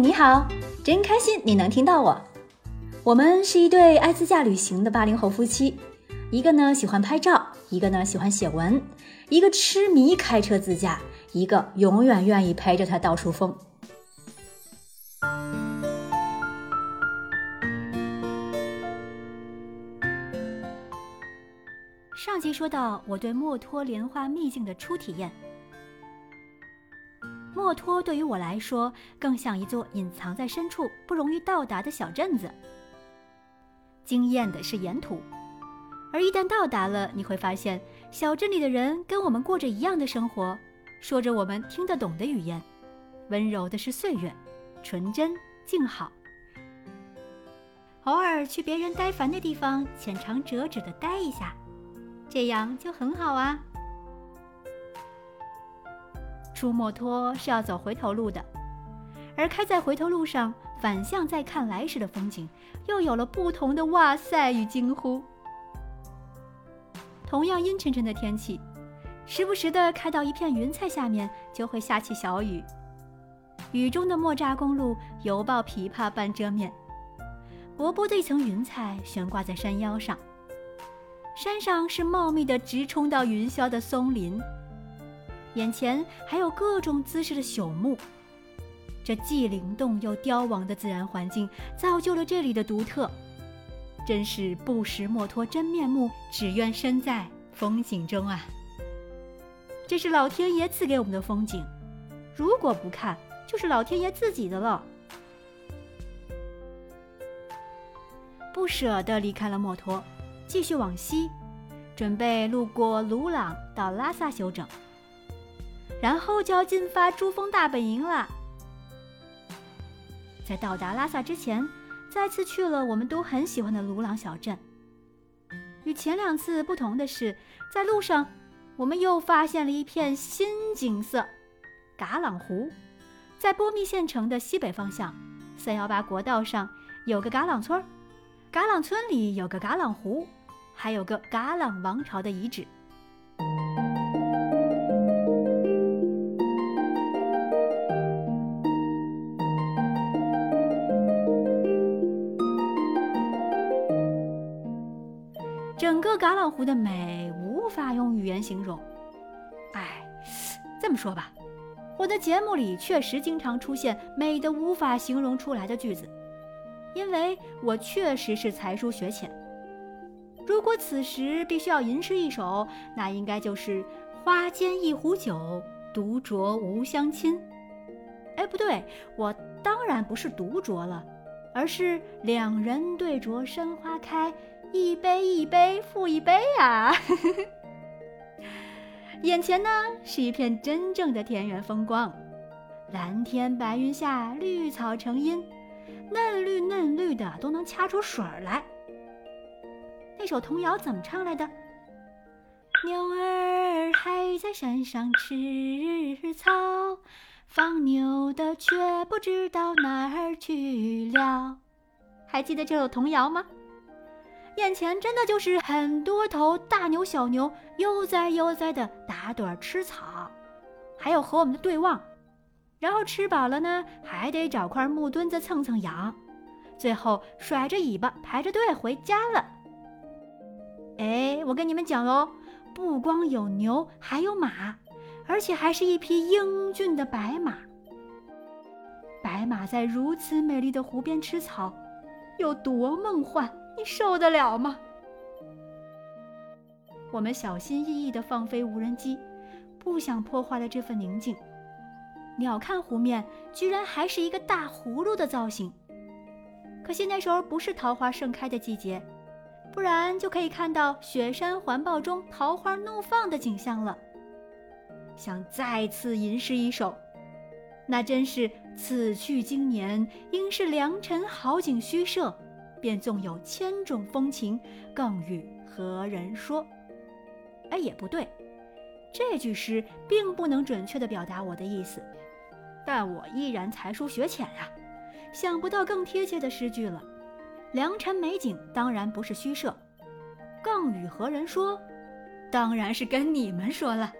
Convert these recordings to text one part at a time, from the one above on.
你好，真开心你能听到我。我们是一对爱自驾旅行的80后夫妻，一个呢喜欢拍照，一个呢喜欢写文，一个痴迷开车自驾，一个永远愿意陪着他到处疯。上集说到我对墨脱莲花秘境的初体验。墨脱对于我来说更像一座隐藏在深处不容易到达的小镇子。惊艳的是沿途，而一旦到达了，你会发现小镇里的人跟我们过着一样的生活，说着我们听得懂的语言，温柔的是岁月，纯真静好。偶尔去别人呆烦的地方浅尝辄止地待一下，这样就很好啊。出墨脱是要走回头路的，而开在回头路上，反向再看来时的风景，又有了不同的哇塞与惊呼。同样阴沉沉的天气，时不时地开到一片云彩下面，就会下起小雨。雨中的莫扎公路犹抱琵琶般遮面，薄薄的一层云彩悬挂在山腰上，山上是茂密的直冲到云霄的松林，眼前还有各种姿势的朽木。这既灵动又凋亡的自然环境造就了这里的独特，真是不识墨脱真面目，只愿身在风景中啊。这是老天爷赐给我们的风景，如果不看，就是老天爷自己的了。不舍地离开了墨脱，继续往西，准备路过鲁朗到拉萨休整，然后就要进发珠峰大本营了。在到达拉萨之前，再次去了我们都很喜欢的鲁朗小镇。与前两次不同的是，在路上我们又发现了一片新景色——噶朗湖。在波密县城的西北方向，318国道上有个噶朗村，噶朗村里有个噶朗湖，还有个噶朗王朝的遗址。整个噶朗湖的美无法用语言形容。这么说吧，我的节目里确实经常出现美得无法形容出来的句子，因为我确实是才疏学浅。如果此时必须要吟诗一首，那应该就是花间一壶酒，独酌无相亲。不对，我当然不是独酌了，而是两人对酌生花开，一杯一杯复一杯啊。眼前呢是一片真正的田园风光，蓝天白云下，绿草成荫，嫩绿嫩绿的都能掐出水来。那首童谣怎么唱来的？牛儿还在山上吃草，放牛的却不知道哪儿去了。还记得这首童谣吗？眼前真的就是很多头大牛小牛悠哉悠哉的打盹吃草，还有和我们的对望，然后吃饱了呢，还得找块木墩子蹭蹭痒，最后甩着尾巴排着队回家了。我跟你们讲哦，不光有牛，还有马，而且还是一匹英俊的白马。白马在如此美丽的湖边吃草，有多梦幻，你受得了吗？我们小心翼翼地放飞无人机，不想破坏了这份宁静。鸟瞰湖面，居然还是一个大葫芦的造型。可惜那时候不是桃花盛开的季节，不然就可以看到雪山环抱中桃花怒放的景象了。想再次吟诗一首，那真是此去经年，应是良辰好景虚设，便纵有千种风情，更与何人说。也不对，这句诗并不能准确地表达我的意思，但我依然才疏学浅啊，想不到更贴切的诗句了。良辰美景当然不是虚设，更与何人说？当然是跟你们说了。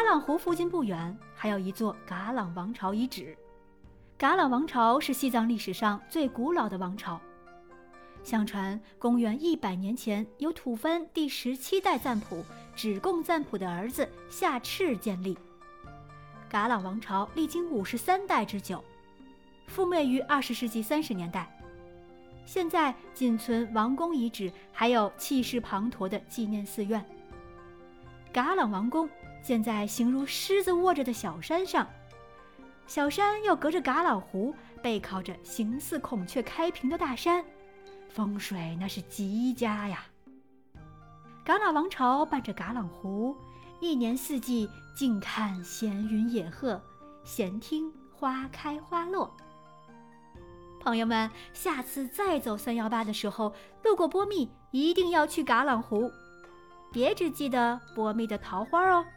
朗湖附近不远还有一座噶朗王朝遗址。噶朗王朝是西藏历史上最古老的王朝，相传公元100年前由吐蕃第17代赞普止贡赞普的儿子夏赤建立。噶朗王朝历经53代之久，覆灭于20世纪30年代。现在仅存王宫遗址，还有气势磅礴的纪念寺院。噶朗王宫建在形如狮子卧着的小山上，小山又隔着噶朗湖，背靠着形似孔雀开屏的大山，风水那是极佳呀。噶朗王朝伴着噶朗湖，一年四季静看闲云野鹤，闲听花开花落。朋友们，下次再走318的时候，路过波密一定要去噶朗湖，别只记得波密的桃花哦。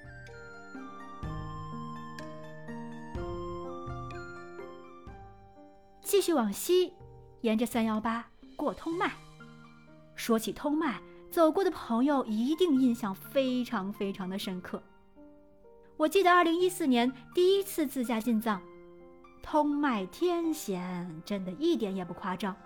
继续往西，沿着318过通麦。说起通麦，走过的朋友一定印象非常非常的深刻。我记得2014年第一次自驾进藏，通麦天险，真的一点也不夸张。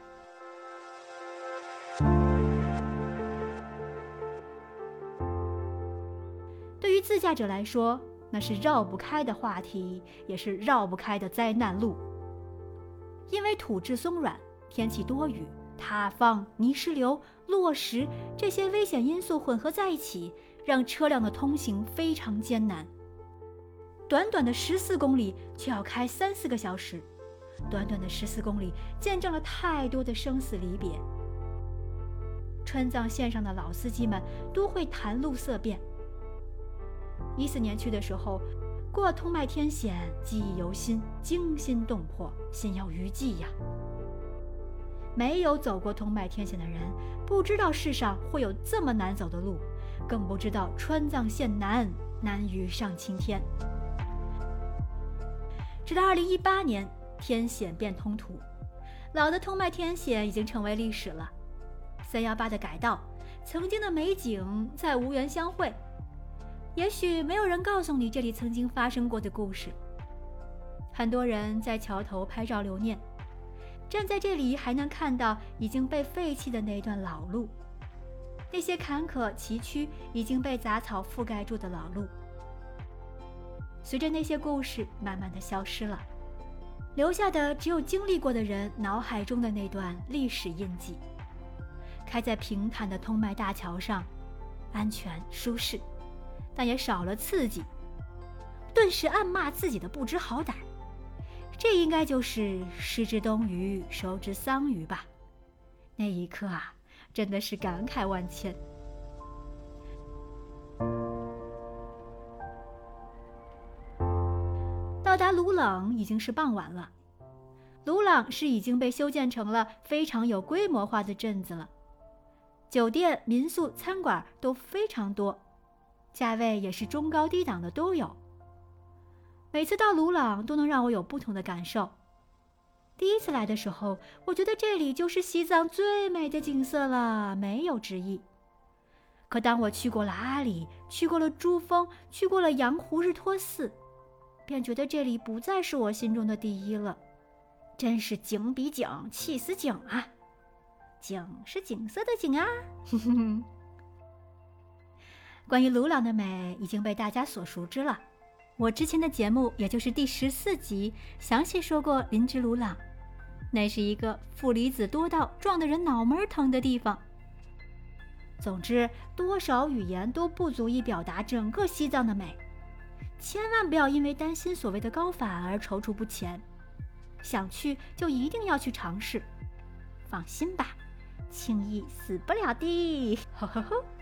对于自驾者来说，那是绕不开的话题，也是绕不开的灾难路。因为土质松软，天气多雨，塌方、泥石流、落石这些危险因素混合在一起，让车辆的通行非常艰难。短短的14公里却要开3-4个小时，短短的14公里见证了太多的生死离别。川藏线上的老司机们都会谈路色变。14年去的时候，过通麦天险，记忆犹新，惊心动魄，心有余悸呀。没有走过通麦天险的人，不知道世上会有这么难走的路，更不知道川藏线难于上青天。直到2018年，天险变通途，老的通麦天险已经成为历史了。318的改道，曾经的美景再无缘相会。也许没有人告诉你这里曾经发生过的故事。很多人在桥头拍照留念，站在这里还能看到已经被废弃的那段老路，那些坎坷崎岖已经被杂草覆盖住的老路。随着那些故事慢慢的消失了，留下的只有经历过的人脑海中的那段历史印记。开在平坦的通麦大桥上，安全舒适，但也少了刺激，顿时暗骂自己的不知好歹。这应该就是失之东隅，收之桑榆吧。那一刻啊，真的是感慨万千。到达鲁朗已经是傍晚了。鲁朗是已经被修建成了非常有规模化的镇子了，酒店、民宿、餐馆都非常多，价位也是中高低档的都有。每次到鲁朗都能让我有不同的感受。第一次来的时候，我觉得这里就是西藏最美的景色了，没有之一。可当我去过了阿里，去过了珠峰，去过了羊湖日托寺，便觉得这里不再是我心中的第一了。真是景比景，气死景啊！景是景色的景啊！关于鲁朗的美已经被大家所熟知了。我之前的节目，也就是第14集，详细说过林芝鲁朗，那是一个负离子多到撞得人脑门疼的地方。总之，多少语言都不足以表达整个西藏的美。千万不要因为担心所谓的高反而踌躇不前，想去就一定要去尝试。放心吧，轻易死不了的。呵呵呵。